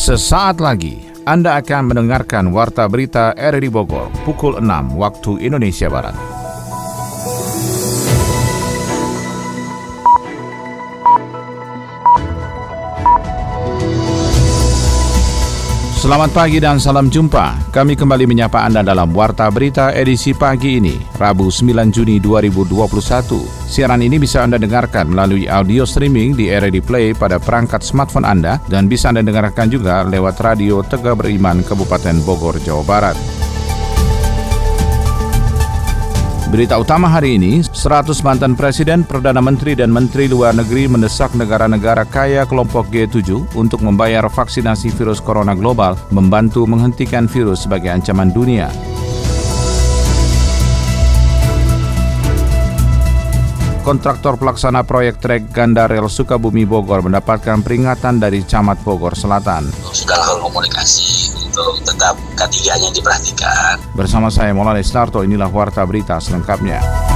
Sesaat lagi Anda akan mendengarkan Warta Berita RRI Bogor pukul 6 waktu Indonesia Barat. Selamat pagi dan salam jumpa. Kami kembali menyapa Anda dalam Warta Berita edisi pagi ini, Rabu 9 Juni 2021. Siaran ini bisa Anda dengarkan melalui audio streaming di RRI Play pada perangkat smartphone Anda dan bisa Anda dengarkan juga lewat radio Tegak Beriman Kabupaten Bogor, Jawa Barat. Berita utama hari ini, 100 mantan presiden, perdana menteri, dan menteri luar negeri mendesak negara-negara kaya kelompok G7 untuk membayar vaksinasi virus corona global, membantu menghentikan virus sebagai ancaman dunia. Kontraktor pelaksana proyek trek ganda rel Sukabumi Bogor mendapatkan peringatan dari Camat Bogor Selatan. Sudah lakukan komunikasi untuk tetap K3-nya diperhatikan. Bersama saya Maulana Isnarto, inilah Warta Berita selengkapnya.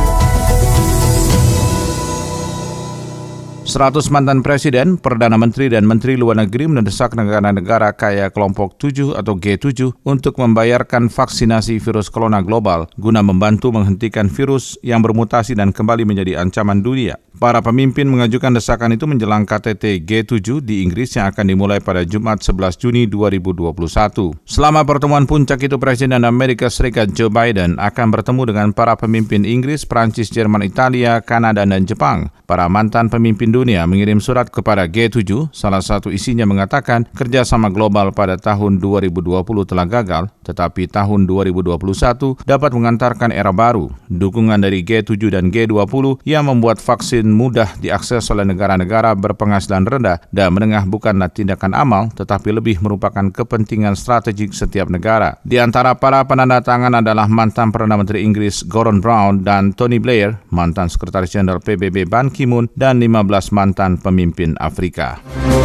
100 mantan presiden, perdana menteri, dan menteri luar negeri mendesak negara-negara kaya kelompok 7 atau G7 untuk membayarkan vaksinasi virus corona global guna membantu menghentikan virus yang bermutasi dan kembali menjadi ancaman dunia. Para pemimpin mengajukan desakan itu menjelang KTT G7 di Inggris yang akan dimulai pada Jumat 11 Juni 2021. Selama pertemuan puncak itu, Presiden Amerika Serikat Joe Biden akan bertemu dengan para pemimpin Inggris, Prancis, Jerman, Italia, Kanada, dan Jepang. Para mantan pemimpin dunia mengirim surat kepada G7, salah satu isinya mengatakan kerjasama global pada tahun 2020 telah gagal, tetapi tahun 2021 dapat mengantarkan era baru. Dukungan dari G7 dan G20 yang membuat vaksin mudah diakses oleh negara-negara berpenghasilan rendah dan menengah bukanlah tindakan amal, tetapi lebih merupakan kepentingan strategik setiap negara. Di antara para penandatangan adalah mantan Perdana Menteri Inggris Gordon Brown dan Tony Blair, mantan Sekretaris Jenderal PBB Ban Ki-moon, dan 15 mantan pemimpin Afrika.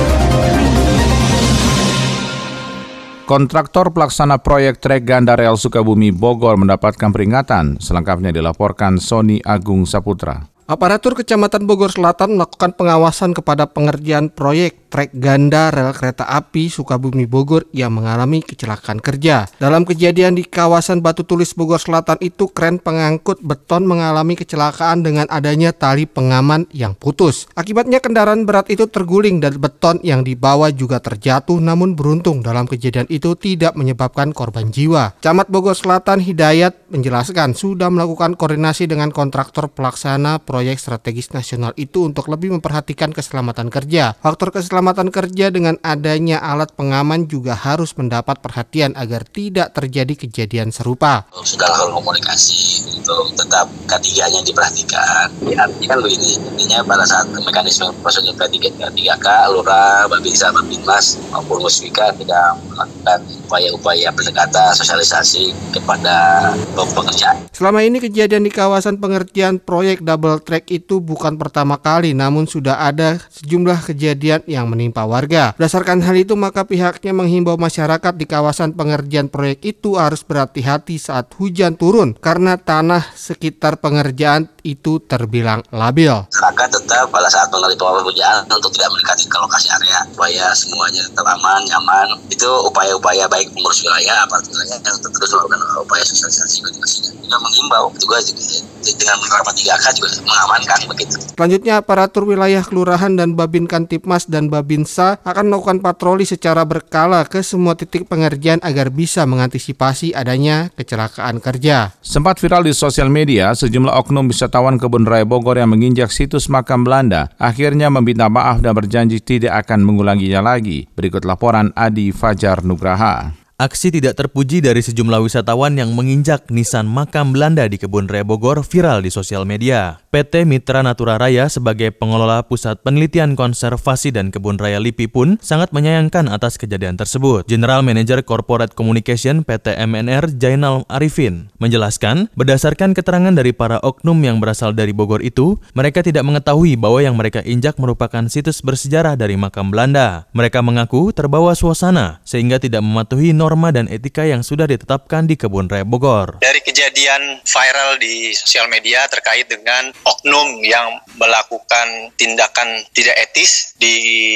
Kontraktor pelaksana proyek trek ganda rel Sukabumi Bogor mendapatkan peringatan. Selengkapnya dilaporkan Sony Agung Saputra. Aparatur Kecamatan Bogor Selatan melakukan pengawasan kepada pengerjaan proyek trek ganda rel kereta api Sukabumi Bogor yang mengalami kecelakaan kerja. Dalam kejadian di kawasan Batu Tulis Bogor Selatan itu, kren pengangkut beton mengalami kecelakaan dengan adanya tali pengaman yang putus. Akibatnya kendaraan berat itu terguling dan beton yang dibawa juga terjatuh, namun beruntung dalam kejadian itu tidak menyebabkan korban jiwa. Camat Bogor Selatan Hidayat menjelaskan sudah melakukan koordinasi dengan kontraktor pelaksana proyek strategis nasional itu untuk lebih memperhatikan keselamatan kerja. Faktor keselamatan kerja dengan adanya alat pengaman juga harus mendapat perhatian agar tidak terjadi kejadian serupa. Sudah lakukan komunikasi untuk tetap K3-nya diperhatikan. Artinya kan begini, intinya pada saat mekanisme prosedur K3K, Lurah, Babinsa, Babinmas maupun Musbika tidak melakukan upaya-upaya pendekatan sosialisasi kepada pekerja. Selama ini kejadian di kawasan pengerjaan proyek double track itu bukan pertama kali, namun sudah ada sejumlah kejadian yang menimpa warga. Berdasarkan hal itu, maka pihaknya menghimbau masyarakat di kawasan pengerjaan proyek itu harus berhati-hati saat hujan turun karena tanah sekitar pengerjaan itu terbilang labil. Masyarakat tetap pada saat mengalami hujan untuk tidak mendekati ke lokasi area supaya semuanya tetap aman, nyaman. Itu upaya-upaya baik pengurus wilayah, aparatur wilayah yang terus melakukan upaya sosialisasi koordinasinya. Juga menghimbau juga dengan menerapkan 3K juga mengamankan begitu. Selanjutnya, aparatur wilayah kelurahan dan Babin Kantipmas dan Babinsa akan melakukan patroli secara berkala ke semua titik pengerjaan agar bisa mengantisipasi adanya kecelakaan kerja. Sempat viral di sosial media, sejumlah oknum wisatawan Kebun Raya Bogor yang menginjak situs makam Belanda akhirnya meminta maaf dan berjanji tidak akan mengulanginya lagi. Berikut laporan Adi Fajar Nugraha. Aksi tidak terpuji dari sejumlah wisatawan yang menginjak nisan makam Belanda di Kebun Raya Bogor viral di sosial media. PT Mitra Natura Raya sebagai pengelola Pusat Penelitian Konservasi dan Kebun Raya LIPI pun sangat menyayangkan atas kejadian tersebut. General Manager Corporate Communication PT MNR Jainal Arifin menjelaskan, berdasarkan keterangan dari para oknum yang berasal dari Bogor itu, mereka tidak mengetahui bahwa yang mereka injak merupakan situs bersejarah dari makam Belanda. Mereka mengaku terbawa suasana sehingga tidak mematuhi norma norma dan etika yang sudah ditetapkan di Kebun Raya Bogor. Dari kejadian viral di sosial media terkait dengan oknum yang melakukan tindakan tidak etis di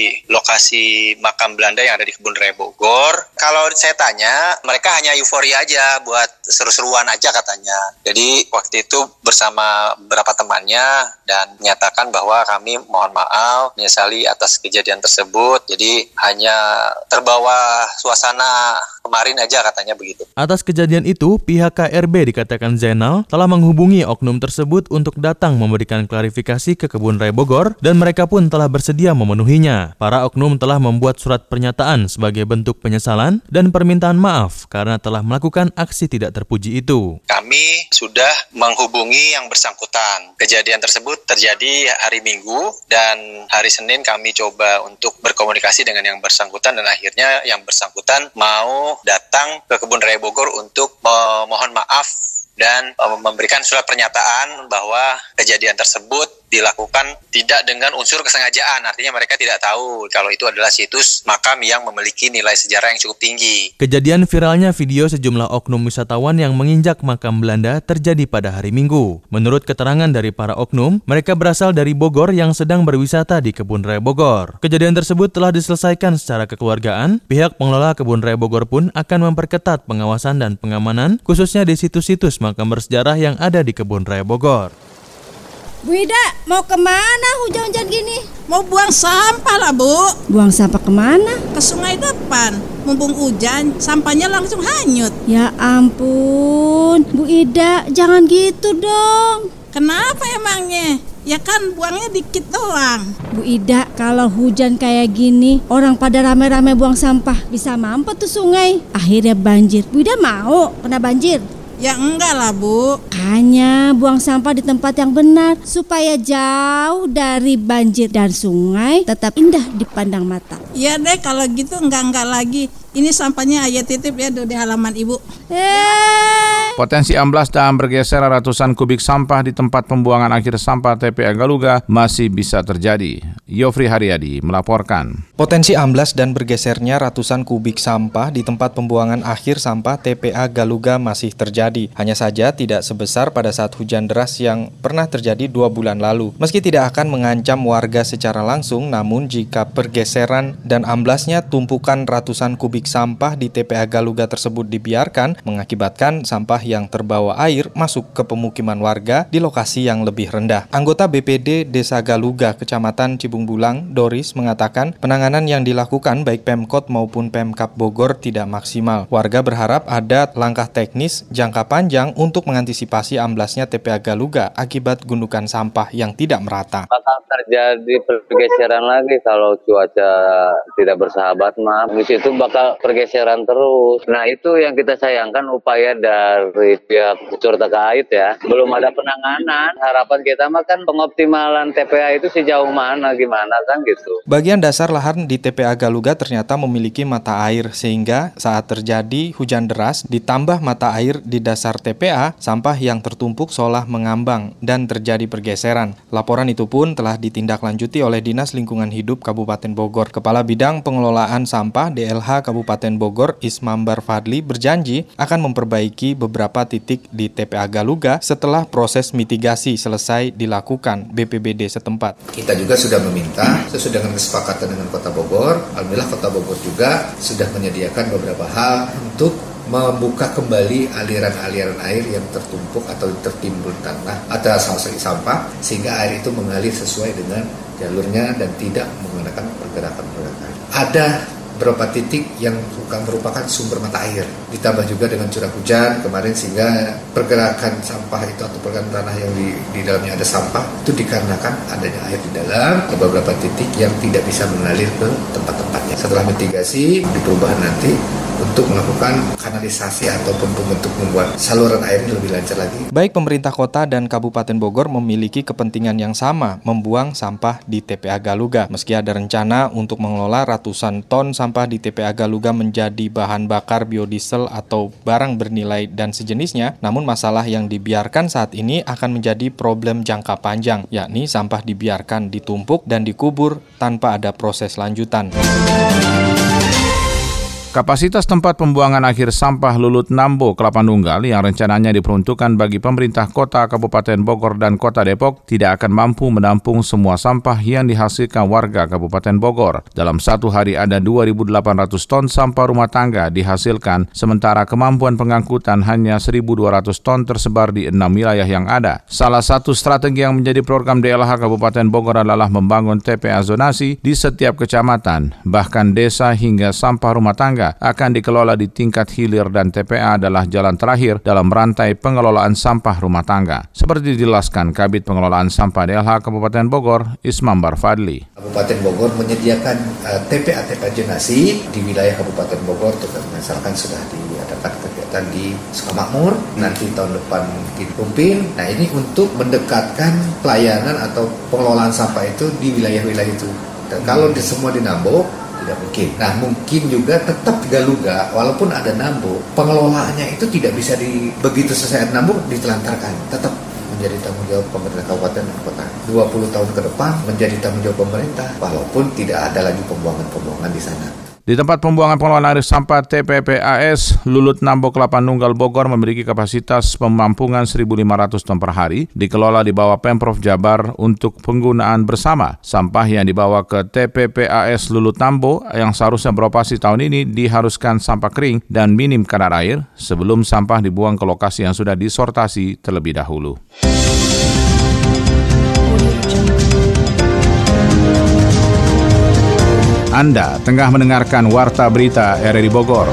lokasi makam Belanda yang ada di Kebun Raya Bogor, kalau saya tanya, mereka hanya euforia aja buat seru-seruan aja katanya. Jadi waktu itu bersama beberapa temannya dan menyatakan bahwa kami mohon maaf, menyesali atas kejadian tersebut. Jadi hanya terbawa suasana kemarin aja katanya begitu. Atas kejadian itu, pihak KRB dikatakan Zainal telah menghubungi oknum tersebut untuk datang memberikan klarifikasi ke Kebun Raya Bogor dan mereka pun telah bersedia memenuhinya. Para oknum telah membuat surat pernyataan sebagai bentuk penyesalan dan permintaan maaf karena telah melakukan aksi tidak terpuji itu. Kami sudah menghubungi yang bersangkutan. Kejadian tersebut terjadi hari Minggu dan hari Senin kami coba untuk berkomunikasi dengan yang bersangkutan dan akhirnya yang bersangkutan mau datang ke Kebun Raya Bogor untuk memohon maaf dan memberikan surat pernyataan bahwa kejadian tersebut dilakukan tidak dengan unsur kesengajaan. Artinya mereka tidak tahu kalau itu adalah situs makam yang memiliki nilai sejarah yang cukup tinggi. Kejadian viralnya video sejumlah oknum wisatawan yang menginjak makam Belanda terjadi pada hari Minggu. Menurut keterangan dari para oknum, mereka berasal dari Bogor yang sedang berwisata di Kebun Raya Bogor. Kejadian tersebut telah diselesaikan secara kekeluargaan. Pihak pengelola Kebun Raya Bogor pun akan memperketat pengawasan dan pengamanan, khususnya di situs-situs makam bersejarah yang ada di Kebun Raya Bogor. Bu Ida, mau kemana hujan-hujan gini? Mau buang sampah lah, Bu. Buang sampah kemana? Ke sungai depan. Mumpung hujan, sampahnya langsung hanyut. Ya ampun, Bu Ida, jangan gitu dong. Kenapa emangnya? Ya kan buangnya dikit doang. Bu Ida, kalau hujan kayak gini, orang pada rame-rame buang sampah, bisa mampet tuh sungai. Akhirnya banjir. Bu Ida mau kena banjir? Ya enggak lah, Bu. Makanya buang sampah di tempat yang benar supaya jauh dari banjir dan sungai tetap indah dipandang mata. Ya deh kalau gitu enggak lagi. Ini sampahnya Ayah titip ya di halaman Ibu. Potensi amblas dan bergeser ratusan kubik sampah di tempat pembuangan akhir sampah TPA Galuga masih bisa terjadi. Yofri Haryadi melaporkan. Potensi amblas dan bergesernya ratusan kubik sampah di tempat pembuangan akhir sampah TPA Galuga masih terjadi. Hanya saja tidak sebesar pada saat hujan deras yang pernah terjadi 2 bulan lalu. Meski tidak akan mengancam warga secara langsung, namun jika pergeseran dan amblasnya tumpukan ratusan kubik sampah di TPA Galuga tersebut dibiarkan, mengakibatkan sampah yang terbawa air masuk ke pemukiman warga di lokasi yang lebih rendah. Anggota BPD Desa Galuga, Kecamatan Cibung Bulang, Doris, mengatakan penanganan yang dilakukan baik Pemkot maupun Pemkab Bogor tidak maksimal. Warga berharap ada langkah teknis jangka panjang untuk mengantisipasi amblasnya TPA Galuga akibat gundukan sampah yang tidak merata. Bakal terjadi pergeseran lagi kalau cuaca tidak bersahabat, di situ bakal pergeseran terus. Nah, itu yang kita sayangkan upaya dari pihak unsur terkait ya. Belum ada penanganan. Harapan kita mah kan pengoptimalan TPA itu sejauh mana, gimana kan gitu. Bagian dasar lahan di TPA Galuga ternyata memiliki mata air sehingga saat terjadi hujan deras ditambah mata air di dasar TPA, sampah yang tertumpuk seolah mengambang dan terjadi pergeseran. Laporan itu pun telah ditindaklanjuti oleh Dinas Lingkungan Hidup Kabupaten Bogor. Kepala Bidang Pengelolaan Sampah DLH Kabupaten Bogor, Ismambar Fadli, berjanji akan memperbaiki beberapa titik di TPA Galuga setelah proses mitigasi selesai dilakukan BPBD setempat. Kita juga sudah meminta sesuai dengan kesepakatan dengan Kota Bogor. Alhamdulillah Kota Bogor juga sudah menyediakan beberapa hal untuk membuka kembali aliran-aliran air yang tertumpuk atau tertimbun tanah atau sampah sehingga air itu mengalir sesuai dengan jalurnya dan tidak menggunakan pergerakan-pergerakan. Ada beberapa titik yang merupakan sumber mata air, ditambah juga dengan curah hujan kemarin sehingga pergerakan sampah itu atau pergerakan tanah yang di dalamnya ada sampah itu dikarenakan adanya air di dalam. Ada beberapa titik yang tidak bisa mengalir ke tempat-tempatnya. Setelah mitigasi di perubahan nanti untuk melakukan kanalisasi ataupun bentuk membuat saluran air ini lebih lancar lagi. Baik pemerintah kota dan Kabupaten Bogor memiliki kepentingan yang sama, membuang sampah di TPA Galuga. Meski ada rencana untuk mengelola ratusan ton sampah di TPA Galuga menjadi bahan bakar biodiesel atau barang bernilai dan sejenisnya, namun masalah yang dibiarkan saat ini akan menjadi problem jangka panjang, yakni sampah dibiarkan ditumpuk dan dikubur tanpa ada proses lanjutan. Kapasitas tempat pembuangan akhir sampah Lulut Nambo, Kelapa Nunggal yang rencananya diperuntukkan bagi pemerintah kota Kabupaten Bogor dan kota Depok tidak akan mampu menampung semua sampah yang dihasilkan warga Kabupaten Bogor. Dalam satu hari ada 2.800 ton sampah rumah tangga dihasilkan, sementara kemampuan pengangkutan hanya 1.200 ton tersebar di 6 wilayah yang ada. Salah satu strategi yang menjadi program DLH Kabupaten Bogor adalah membangun TPA zonasi di setiap kecamatan, bahkan desa hingga sampah rumah tangga akan dikelola di tingkat hilir dan TPA adalah jalan terakhir dalam rantai pengelolaan sampah rumah tangga. Seperti dijelaskan Kabid Pengelolaan Sampah DLH Kabupaten Bogor, Ismambar Fadli. Kabupaten Bogor menyediakan TPA zonasi di wilayah Kabupaten Bogor, misalkan sudah diadakan kegiatan di Sukamakmur, nanti tahun depan di Rumpin. Nah, ini untuk mendekatkan pelayanan atau pengelolaan sampah itu di wilayah-wilayah itu. Dan kalau semua di Nambo, tidak mungkin. Nah, mungkin juga tetap Galuga, walaupun ada Nambo, pengelolaannya itu tidak bisa begitu selesai Nambo ditelantarkan. Tetap menjadi tanggung jawab pemerintah kabupaten dan kota. 20 tahun ke depan menjadi tanggung jawab pemerintah, walaupun tidak ada lagi pembuangan di sana. Di tempat pembuangan pengelolaan air sampah TPPAS, Lulut Nambo Kelapa Nunggal Bogor memiliki kapasitas pemampungan 1.500 ton per hari, dikelola di bawah Pemprov Jabar untuk penggunaan bersama. Sampah yang dibawa ke TPPAS Lulut Nambo yang seharusnya beroperasi tahun ini diharuskan sampah kering dan minim kadar air sebelum sampah dibuang ke lokasi yang sudah disortasi terlebih dahulu. Anda tengah mendengarkan Warta Berita RRI Bogor.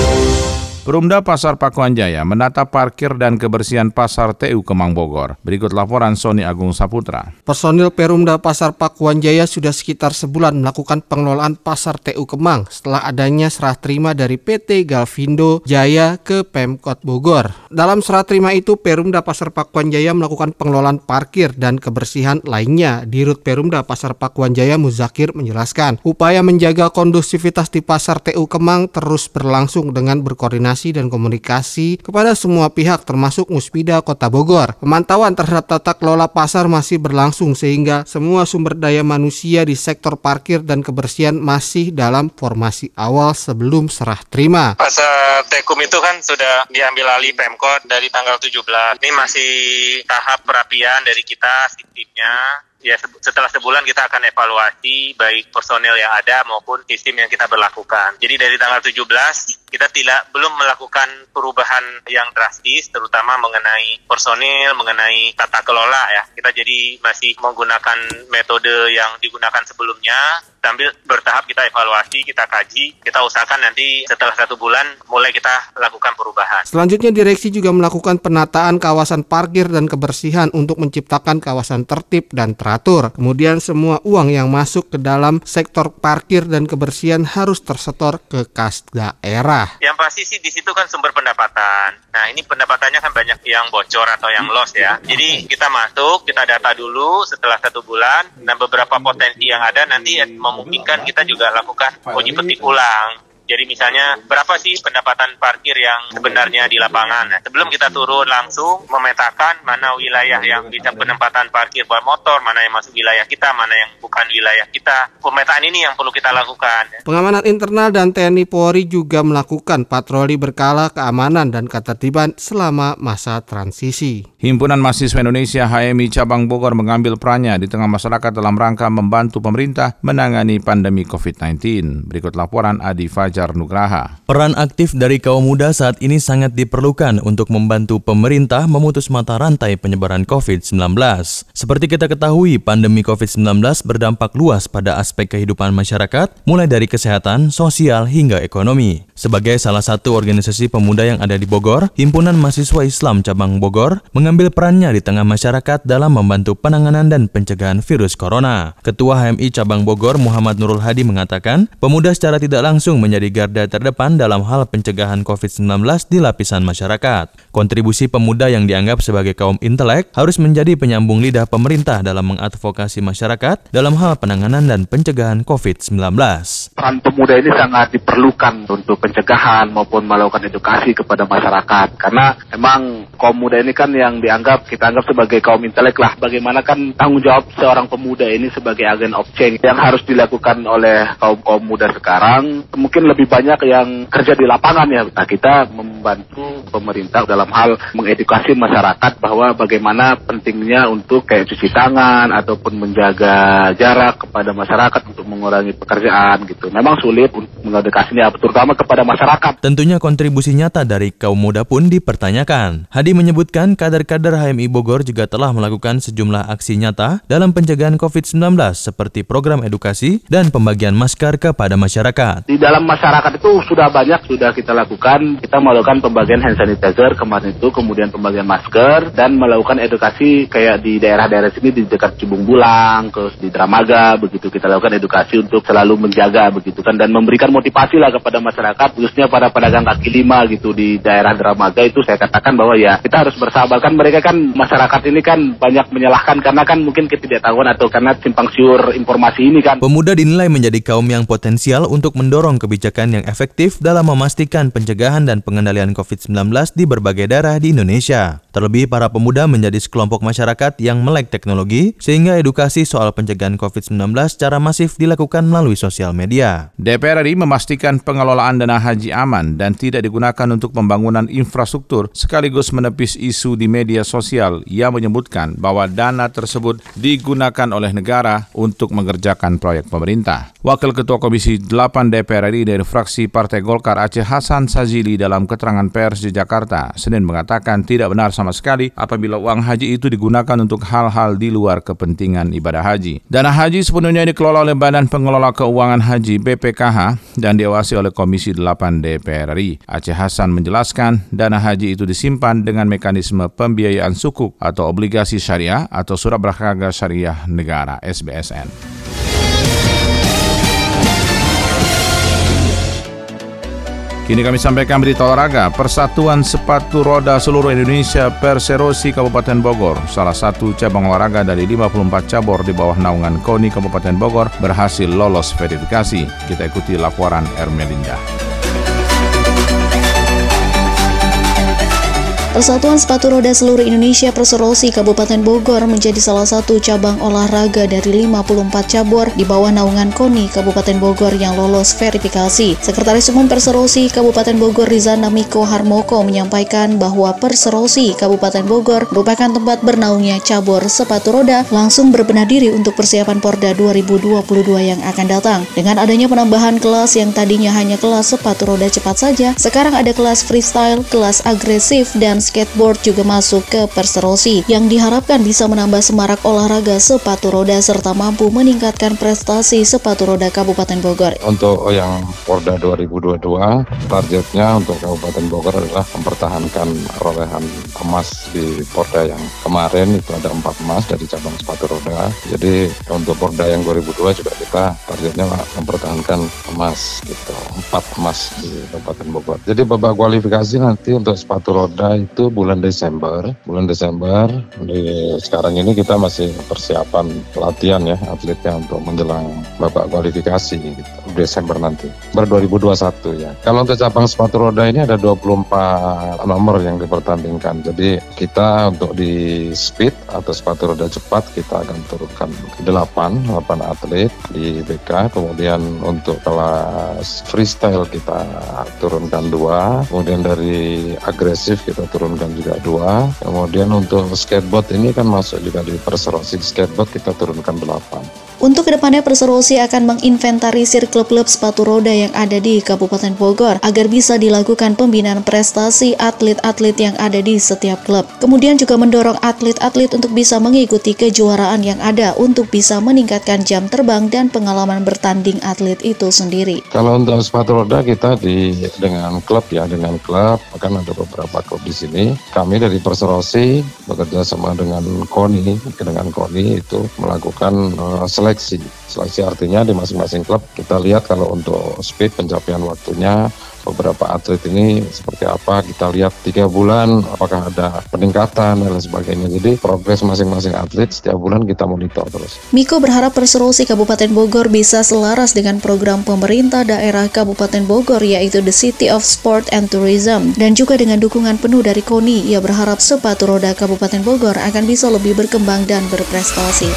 Perumda Pasar Pakuan Jaya menata parkir dan kebersihan Pasar TU Kemang Bogor. Berikut laporan Sony Agung Saputra. Personil Perumda Pasar Pakuan Jaya sudah sekitar sebulan melakukan pengelolaan Pasar TU Kemang setelah adanya serah terima dari PT Galvindo Jaya ke Pemkot Bogor. Dalam serah terima itu, Perumda Pasar Pakuan Jaya melakukan pengelolaan parkir dan kebersihan lainnya. Dirut Perumda Pasar Pakuan Jaya Muzakir menjelaskan, upaya menjaga kondusivitas di Pasar TU Kemang terus berlangsung dengan berkoordinasi dan komunikasi kepada semua pihak termasuk Muspida Kota Bogor. Pemantauan terhadap tata kelola pasar masih berlangsung sehingga semua sumber daya manusia di sektor parkir dan kebersihan masih dalam formasi awal sebelum serah terima. Pasar Tekum itu kan sudah diambil alih Pemkot dari tanggal 17. Ini masih tahap perapian dari kita, timnya. Ya, setelah sebulan kita akan evaluasi baik personel yang ada maupun sistem yang kita berlakukan. Jadi dari tanggal 17 kita belum melakukan perubahan yang drastis, terutama mengenai personil, mengenai tata kelola ya. Kita jadi masih menggunakan metode yang digunakan sebelumnya. Sambil bertahap kita evaluasi, kita kaji, kita usahakan nanti setelah 1 bulan mulai kita lakukan perubahan. Selanjutnya direksi juga melakukan penataan kawasan parkir dan kebersihan untuk menciptakan kawasan tertib dan teratur. Kemudian semua uang yang masuk ke dalam sektor parkir dan kebersihan harus tersetor ke kas daerah. Yang pasti sih di situ kan sumber pendapatan. Nah, ini pendapatannya kan banyak yang bocor atau yang loss ya. Jadi kita masuk, kita data dulu setelah 1 bulan dan beberapa potensi yang ada nanti memungkinkan kita juga lakukan uji petik ulang. Jadi misalnya berapa sih pendapatan parkir yang sebenarnya di lapangan. Nah, sebelum kita turun langsung memetakan mana wilayah yang bisa penempatan parkir buat motor, mana yang masuk wilayah kita, mana yang bukan wilayah kita. Pemetaan ini yang perlu kita lakukan. Pengamanan internal dan TNI Polri juga melakukan patroli berkala keamanan dan ketertiban selama masa transisi. Himpunan Mahasiswa Indonesia HMI Cabang Bogor mengambil perannya di tengah masyarakat dalam rangka membantu pemerintah menangani pandemi COVID-19. Berikut laporan Adi Fajar Nugraha. Peran aktif dari kaum muda saat ini sangat diperlukan untuk membantu pemerintah memutus mata rantai penyebaran COVID-19. Seperti kita ketahui, pandemi COVID-19 berdampak luas pada aspek kehidupan masyarakat, mulai dari kesehatan, sosial, hingga ekonomi. Sebagai salah satu organisasi pemuda yang ada di Bogor, Himpunan Mahasiswa Islam Cabang Bogor mengambil perannya di tengah masyarakat dalam membantu penanganan dan pencegahan virus corona. Ketua HMI Cabang Bogor Muhammad Nurul Hadi mengatakan, pemuda secara tidak langsung menjadi garda terdepan dalam hal pencegahan COVID-19 di lapisan masyarakat. Kontribusi pemuda yang dianggap sebagai kaum intelek harus menjadi penyambung lidah pemerintah dalam mengadvokasi masyarakat dalam hal penanganan dan pencegahan COVID-19. Peran pemuda ini sangat diperlukan untuk pencegahan maupun melakukan edukasi kepada masyarakat. Karena memang kaum muda ini kan yang kita anggap sebagai kaum intelek lah. Bagaimana kan tanggung jawab seorang pemuda ini sebagai agen of change yang harus dilakukan oleh kaum muda sekarang. Mungkin lebih banyak yang kerja di lapangan ya. Nah, kita membantu pemerintah dalam hal mengedukasi masyarakat bahwa bagaimana pentingnya untuk kayak cuci tangan ataupun menjaga jarak kepada masyarakat untuk mengurangi pekerjaan gitu. Memang sulit untuk mengedukasinya, terutama kepada masyarakat. Tentunya kontribusi nyata dari kaum muda pun dipertanyakan. Hadi menyebutkan kader-kader HMI Bogor juga telah melakukan sejumlah aksi nyata dalam pencegahan COVID-19 seperti program edukasi dan pembagian masker kepada masyarakat. Di dalam masyarakat itu sudah kita lakukan. Kita melakukan pembagian hand sanitizer kemarin itu, kemudian pembagian masker dan melakukan edukasi kayak di daerah-daerah sini di dekat Cibung Bulang, terus di Dramaga, begitu kita lakukan edukasi untuk selalu menjaga begitu kan dan memberikan motivasi lah kepada masyarakat, khususnya para pedagang kaki lima gitu di daerah Dramaga itu saya katakan bahwa ya kita harus bersabar kan mereka kan masyarakat ini kan banyak menyalahkan karena kan mungkin ketidaktahuan atau karena simpang siur informasi ini kan. Pemuda dinilai menjadi kaum yang potensial untuk mendorong kebijakan yang efektif dalam memastikan pencegahan dan pengendalian COVID-19 di berbagai daerah di Indonesia. Terlebih para pemuda menjadi sekelompok masyarakat yang melek teknologi sehingga edukasi soal pencegahan COVID-19 secara masif dilakukan melalui sosial media. DPR RI memastikan pengelolaan dana haji aman dan tidak digunakan untuk pembangunan infrastruktur sekaligus menepis isu di media sosial yang menyebutkan bahwa dana tersebut digunakan oleh negara untuk mengerjakan proyek pemerintah. Wakil Ketua Komisi 8 DPR RI dari fraksi Partai Golkar Aceh Hasan Sazili dalam keterangan pers di Jakarta Senin mengatakan tidak benar sama sekali apabila uang haji itu digunakan untuk hal-hal di luar kepentingan ibadah haji. Dana haji sepenuhnya dikelola oleh Badan Pengelola Keuangan Haji BPKH dan diawasi oleh Komisi 8 DPR RI. Aceh Hasan menjelaskan dana haji itu disimpan dengan mekanisme pembiayaan sukuk atau obligasi syariah atau surat berharga syariah negara SBSN. Kini kami sampaikan berita olahraga. Persatuan Sepatu Roda Seluruh Indonesia Perserosi Kabupaten Bogor, salah satu cabang olahraga dari 54 cabur di bawah naungan KONI Kabupaten Bogor, berhasil lolos verifikasi. Kita ikuti laporan Ermelinda. Persatuan Sepatu Roda Seluruh Indonesia Perserosi Kabupaten Bogor menjadi salah satu cabang olahraga dari 54 cabur di bawah naungan KONI Kabupaten Bogor yang lolos verifikasi. Sekretaris Umum Perserosi Kabupaten Bogor Rizana Miko Harmoko menyampaikan bahwa Perserosi Kabupaten Bogor merupakan tempat bernaungnya cabur sepatu roda langsung berbenah diri untuk persiapan Porda 2022 yang akan datang. Dengan adanya penambahan kelas yang tadinya hanya kelas sepatu roda cepat saja, sekarang ada kelas freestyle, kelas agresif, dan skateboard juga masuk ke Perserosi yang diharapkan bisa menambah semarak olahraga sepatu roda serta mampu meningkatkan prestasi sepatu roda Kabupaten Bogor. Untuk yang Porda 2022, targetnya untuk Kabupaten Bogor adalah mempertahankan perolehan emas di Porda yang kemarin itu ada 4 emas dari cabang sepatu roda. Jadi untuk Porda yang 2002 juga kita targetnya mempertahankan emas gitu, 4 emas di Kabupaten Bogor. Jadi babak kualifikasi nanti untuk sepatu roda itu bulan Desember. Sekarang ini kita masih persiapan latihan ya atletnya untuk menjelang babak kualifikasi gitu, Desember nanti. 2021 ya. Kalau untuk cabang sepatu roda ini ada 24 nomor yang dipertandingkan. Jadi kita untuk di speed atau sepatu roda cepat kita akan turunkan 8 atlet di BK. Kemudian untuk kelas freestyle kita turunkan 2. Kemudian dari agresif kita turunkan juga 2. Kemudian untuk skateboard ini kan masuk juga di Perserosi. Skateboard kita turunkan 8. Untuk kedepannya Perserosi akan menginventarisir klub-klub sepatu roda yang ada di Kabupaten Bogor agar bisa dilakukan pembinaan prestasi atlet-atlet yang ada di setiap klub. Kemudian juga mendorong atlet-atlet untuk bisa mengikuti kejuaraan yang ada untuk bisa meningkatkan jam terbang dan pengalaman bertanding atlet itu sendiri. Kalau untuk sepatu roda kita dengan klub akan ada beberapa klub di sini. Kami dari Perserosi bekerja sama dengan KONI itu melakukan seleksi artinya di masing-masing klub kita lihat kalau untuk speed pencapaian waktunya beberapa atlet ini seperti apa, kita lihat 3 bulan apakah ada peningkatan dan lain sebagainya. Jadi progres masing-masing atlet setiap bulan kita monitor terus. Miko berharap Perserosi Kabupaten Bogor bisa selaras dengan program pemerintah daerah Kabupaten Bogor yaitu The City of Sport and Tourism dan juga dengan dukungan penuh dari KONI. Ia berharap sepatu roda Kabupaten Bogor akan bisa lebih berkembang dan berprestasi.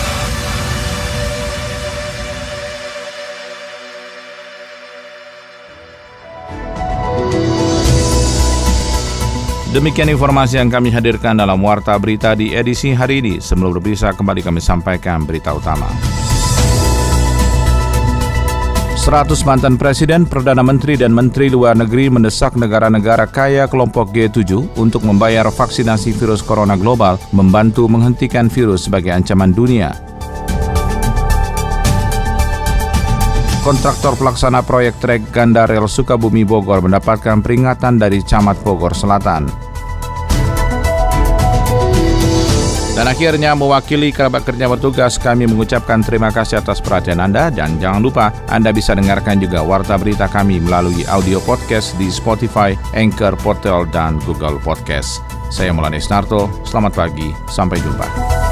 Demikian informasi yang kami hadirkan dalam Warta Berita di edisi hari ini. Sebelum berpisah, kembali kami sampaikan berita utama. 100 mantan presiden, perdana menteri, dan menteri luar negeri mendesak negara-negara kaya kelompok G7 untuk membayar vaksinasi virus corona global, membantu menghentikan virus sebagai ancaman dunia. Kontraktor pelaksana proyek trek ganda rel Sukabumi Bogor mendapatkan peringatan dari Camat Bogor Selatan. Dan akhirnya mewakili kerabat kerja bertugas, kami mengucapkan terima kasih atas perhatian Anda dan jangan lupa Anda bisa dengarkan juga Warta Berita kami melalui audio podcast di Spotify, Anchor, Portal, dan Google Podcast. Saya Maulana Isnarto, selamat pagi, sampai jumpa.